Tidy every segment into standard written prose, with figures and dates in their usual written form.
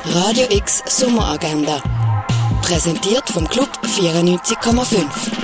Radio X Sommeragenda. Präsentiert vom Club 94,5.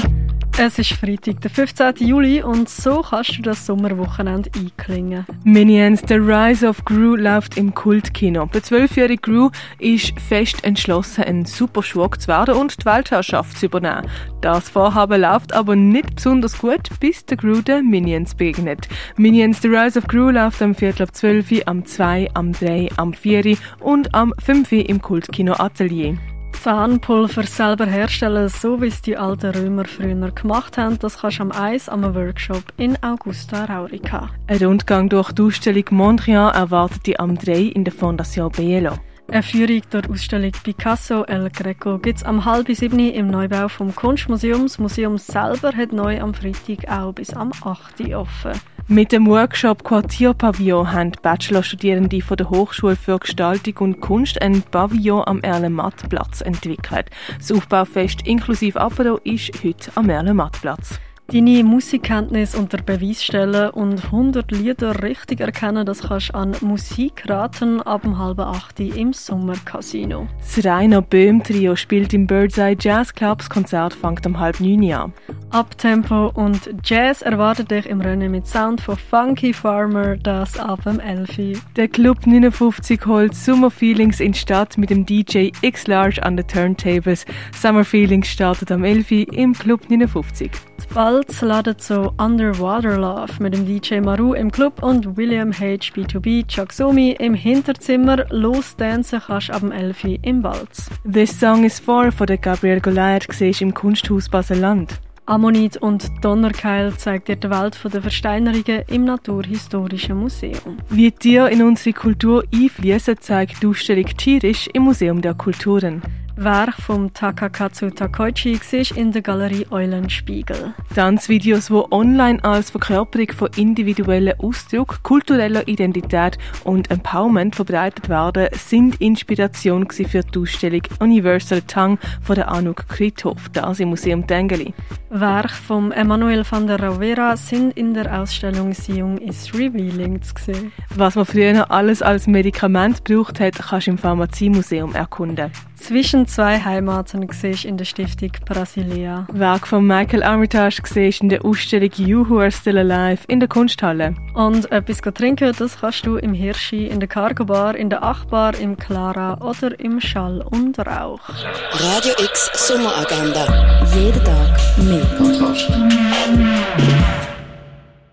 Es ist Freitag, der 15. Juli, und so kannst du das Sommerwochenende einklingen. Minions The Rise of Gru läuft im Kultkino. Der 12-jährige Gru ist fest entschlossen, ein Superschurke zu werden und die Weltherrschaft zu übernehmen. Das Vorhaben läuft aber nicht besonders gut, bis der Gru den Minions begegnet. Minions The Rise of Gru läuft am 11:12, am 2, am 3, am 4 und am 5 im Kultkino Atelier. Zahnpulver selber herstellen, so wie es die alten Römer früher gemacht haben, das kannst du am 1 am Workshop in Augusta Raurica. Ein Rundgang durch die Ausstellung Mondrian erwartet dich am 3 in der Fondation Bielo. Eine Führung durch die Ausstellung Picasso El Greco gibt es am 6:30 im Neubau vom Kunstmuseum. Das Museum selber hat neu am Freitag auch bis am 8 offen. Mit dem Workshop Quartierpavillon haben Bachelorstudierende von der Hochschule für Gestaltung und Kunst ein Pavillon am Erle-Matt-Platz entwickelt. Das Aufbaufest inklusive Apero ist heute am Erle-Matt-Platz. Deine Musikkenntnis unter Beweis stellen und 100 Lieder richtig erkennen, das kannst du an Musikraten ab 7:30 im Sommercasino. Das Rainer Böhm Trio spielt im Birdseye Jazz Club. Das Konzert fängt um 8:30 an. Uptempo und Jazz erwartet dich im Rennen mit Sound von Funky Farmer, das ab 11. Der Club 59 holt Summer Feelings in die Stadt mit dem DJ X-Large an den Turntables. Summer Feelings startet am 11 im Club 59. Bald ladet so Underwater Love mit dem DJ Maru im Club und William H. B2B Chaksomi im Hinterzimmer. Losdancen kannst du ab 11 im Balz. «This Song is For» von der Gabrielle Goliath siehst im Kunsthaus Basel-Land. Ammonit und Donnerkeil zeigt dir die Welt der Versteinerungen im Naturhistorischen Museum. Wie Tiere in unsere Kultur einfließen, zeigt die Ausstellung «Tierisch» im Museum der Kulturen. Werk von Takakatsu Takoichi siehst in der Galerie Eulenspiegel. Tanzvideos, die online als Verkörperung von individuellen Ausdruck, kultureller Identität und Empowerment verbreitet werden, sind Inspiration für die Ausstellung Universal Tongue von der Anouk Krithoff, das im Museum Tengeli. Werke von Emmanuel van der Rovera sind in der Ausstellung «Siung is Revealing» zu sehen. Was man früher alles als Medikament gebraucht hat, kannst du im Pharmaziemuseum erkunden. «Zwischen zwei Heimaten» siehst in der Stiftung Brasilea. Werk von Michael Armitage siehst in der Ausstellung «You Who Are Still Alive» in der Kunsthalle. Und etwas trinken, das kannst du im Hirschi, in der Cargo Bar, in der Achbar, im Clara oder im Schall und Rauch. Radio X Sommeragenda. Jeden Tag mehr.